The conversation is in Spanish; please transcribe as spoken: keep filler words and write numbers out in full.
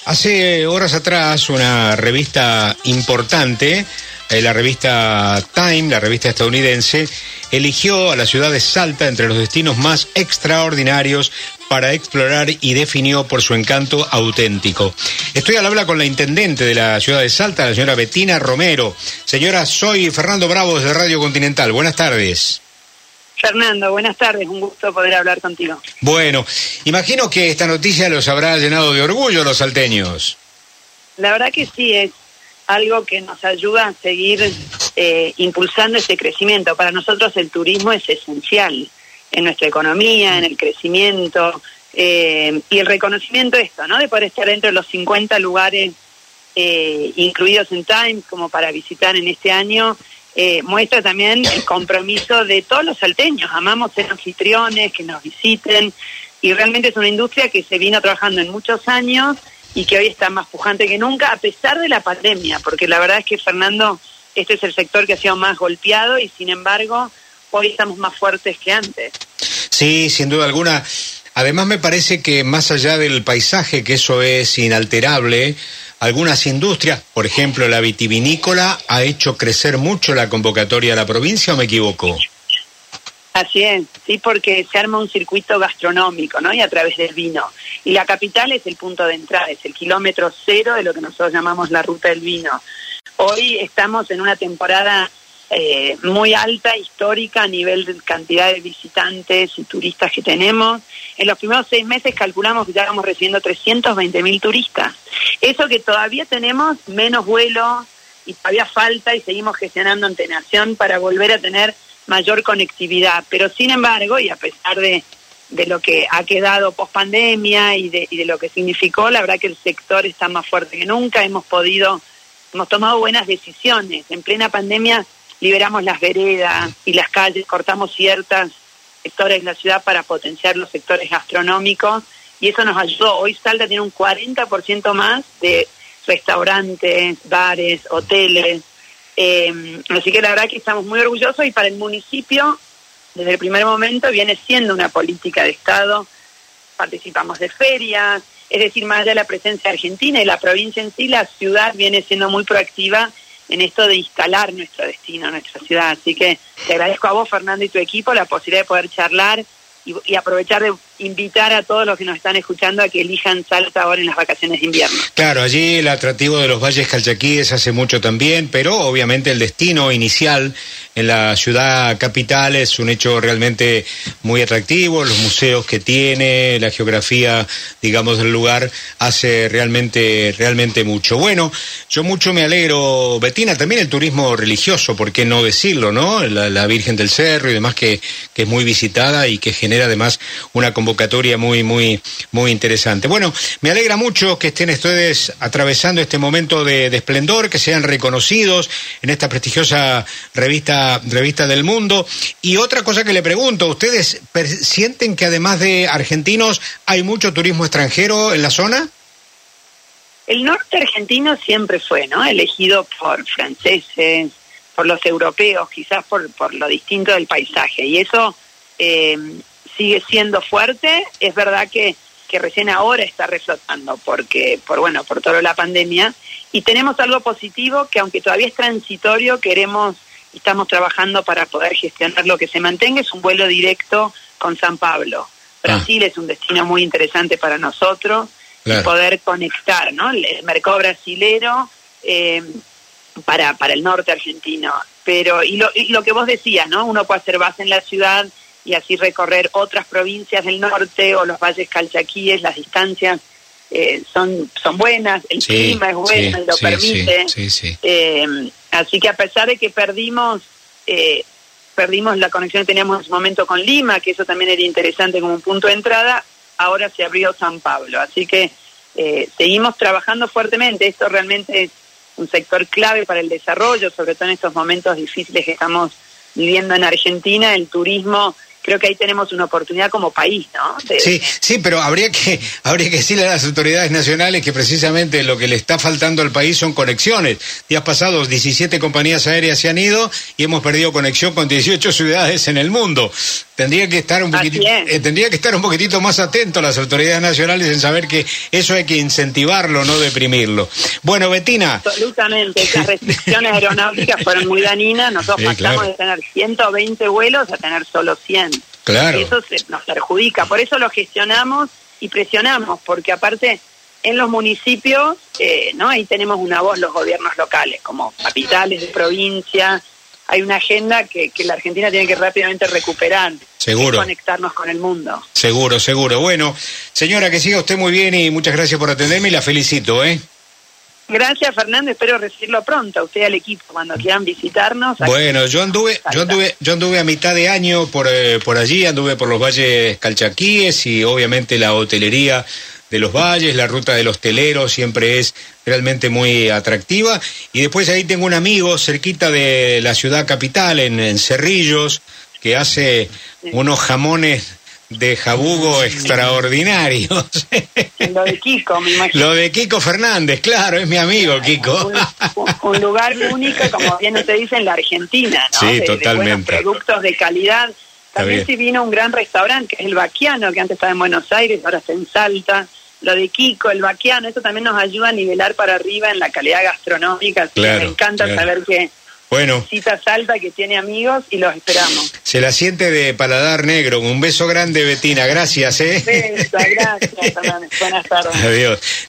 Hace horas atrás una revista importante, eh, la revista Time, la revista estadounidense, eligió a la ciudad de Salta entre los destinos más extraordinarios para explorar y definió por su encanto auténtico. Estoy al habla con la intendente de la ciudad de Salta, la señora Bettina Romero. Señora, soy Fernando Bravo desde Radio Continental. Buenas tardes. Fernando, buenas tardes, un gusto poder hablar contigo. Bueno, imagino que esta noticia los habrá llenado de orgullo a los salteños. La verdad que sí, es algo que nos ayuda a seguir eh, impulsando ese crecimiento. Para nosotros el turismo es esencial en nuestra economía, en el crecimiento eh, y el reconocimiento de esto, ¿no? De poder estar dentro de los cincuenta lugares eh, incluidos en Times como para visitar en este año. Eh, muestra también el compromiso de todos los salteños. Amamos ser anfitriones, que nos visiten, y realmente es una industria que se vino trabajando en muchos años y que hoy está más pujante que nunca, a pesar de la pandemia, porque la verdad es que, Fernando, este es el sector que ha sido más golpeado y, sin embargo, hoy estamos más fuertes que antes. Sí, sin duda alguna. Además, me parece que más allá del paisaje, que eso es inalterable, algunas industrias, por ejemplo la vitivinícola, ha hecho crecer mucho la convocatoria de la provincia, ¿o me equivoco? Así es, sí, porque se arma un circuito gastronómico, ¿no? Y a través del vino. Y la capital es el punto de entrada, es el kilómetro cero de lo que nosotros llamamos la ruta del vino. Hoy estamos en una temporada eh, muy alta, histórica, a nivel de cantidad de visitantes y turistas que tenemos. En los primeros seis meses calculamos que ya vamos recibiendo trescientos veinte mil turistas. Eso que todavía tenemos menos vuelos y todavía falta, y seguimos gestionando ante Nación para volver a tener mayor conectividad. Pero sin embargo, y a pesar de, de lo que ha quedado post pandemia y de, y de lo que significó, la verdad que el sector está más fuerte que nunca. Hemos podido, hemos tomado buenas decisiones. En plena pandemia liberamos las veredas y las calles, cortamos ciertas sectores de la ciudad para potenciar los sectores gastronómicos, y eso nos ayudó. Hoy Salta tiene un cuarenta por ciento más de restaurantes, bares, hoteles, eh, así que la verdad que estamos muy orgullosos, y para el municipio desde el primer momento viene siendo una política de Estado. Participamos de ferias, es decir, más allá de la presencia argentina y la provincia en sí, la ciudad viene siendo muy proactiva en esto de instalar nuestro destino, nuestra ciudad. Así que te agradezco a vos, Fernando, y tu equipo la posibilidad de poder charlar y, y aprovechar de invitar a todos los que nos están escuchando a que elijan Salta ahora en las vacaciones de invierno. Claro, allí el atractivo de los valles calchaquíes hace mucho también, pero obviamente el destino inicial en la ciudad capital es un hecho realmente muy atractivo. Los museos que tiene, la geografía, digamos, del lugar hace realmente, realmente mucho. Bueno, yo mucho me alegro, Bettina, también el turismo religioso, ¿por qué no decirlo, no? La, la Virgen del Cerro y demás, que, que es muy visitada y que genera además una convocatoria muy, muy, muy interesante. Bueno, me alegra mucho que estén ustedes atravesando este momento de, de esplendor, que sean reconocidos en esta prestigiosa revista revista del mundo. Y otra cosa que le pregunto, ¿ustedes sienten que además de argentinos hay mucho turismo extranjero en la zona? El norte argentino siempre fue, ¿no?, elegido por franceses, por los europeos, quizás por, por lo distinto del paisaje, y eso eh, sigue siendo fuerte. Es verdad que, que recién ahora está reflotando porque, por bueno, por toda la pandemia, y tenemos algo positivo que, aunque todavía es transitorio, queremos, estamos trabajando para poder gestionar lo que se mantenga. Es un vuelo directo con San Pablo. Brasil ah. es un destino muy interesante para nosotros, claro, y poder conectar, ¿no?, el, el mercado brasilero eh, para, para el norte argentino. Pero, y lo, y lo que vos decías, ¿no?, uno puede hacer base en la ciudad y así recorrer otras provincias del norte o los valles calchaquíes. Las distancias eh, son, son buenas, el sí, clima es bueno, sí, y lo sí, permite. Sí, sí, sí. Eh, así que a pesar de que perdimos eh, perdimos la conexión que teníamos en su momento con Lima, que eso también era interesante como un punto de entrada, ahora se abrió San Pablo. Así que eh, seguimos trabajando fuertemente. Esto realmente es un sector clave para el desarrollo, sobre todo en estos momentos difíciles que estamos viviendo en Argentina. El turismo creo que ahí tenemos una oportunidad como país, ¿no? De, sí, sí, pero habría que habría que decirle a las autoridades nacionales que precisamente lo que le está faltando al país son conexiones. Días pasados diecisiete compañías aéreas se han ido y hemos perdido conexión con dieciocho ciudades en el mundo. Tendría que estar un poquitito, eh, tendría que estar un poquitito más atento a las autoridades nacionales en saber que eso hay que incentivarlo, no deprimirlo. Bueno, Betina. Absolutamente, esas restricciones aeronáuticas fueron muy dañinas. Nosotros sí, pasamos claro. de tener ciento veinte vuelos a tener solo cien. Claro. Y eso se, nos perjudica. Por eso lo gestionamos y presionamos, porque aparte en los municipios, eh, no, ahí tenemos una voz los gobiernos locales, como capitales de provincia. Hay una agenda que, que la Argentina tiene que rápidamente recuperar. Seguro. Y conectarnos con el mundo. Seguro, seguro. Bueno, señora, que siga usted muy bien y muchas gracias por atenderme y la felicito, ¿eh? Gracias, Fernando, espero recibirlo pronto, a usted y al equipo, cuando quieran visitarnos. Bueno, yo anduve, yo anduve, yo anduve a mitad de año por, eh, por allí, anduve por los valles calchaquíes y obviamente la hotelería de los valles, la ruta de los teleros siempre es realmente muy atractiva. Y después ahí tengo un amigo cerquita de la ciudad capital, en, en Cerrillos, que hace sí. unos jamones de jabugo extraordinarios. Lo de Kiko, me imagino. Lo de Kiko Fernández, claro, es mi amigo Kiko. Un, un lugar único, como bien usted dice, en la Argentina, ¿no? Sí, de, totalmente. De buenos productos de calidad. También sí vino un gran restaurante, que es el Baquiano, que antes estaba en Buenos Aires, ahora está en Salta. Lo de Kiko, el Baquiano, eso también nos ayuda a nivelar para arriba en la calidad gastronómica. Claro, me encanta claro. saber que bueno, visita Salta, que tiene amigos y los esperamos. Se la siente de paladar negro. Un beso grande, Betina. Gracias, ¿eh? Beso, gracias, Buenas tardes. Adiós.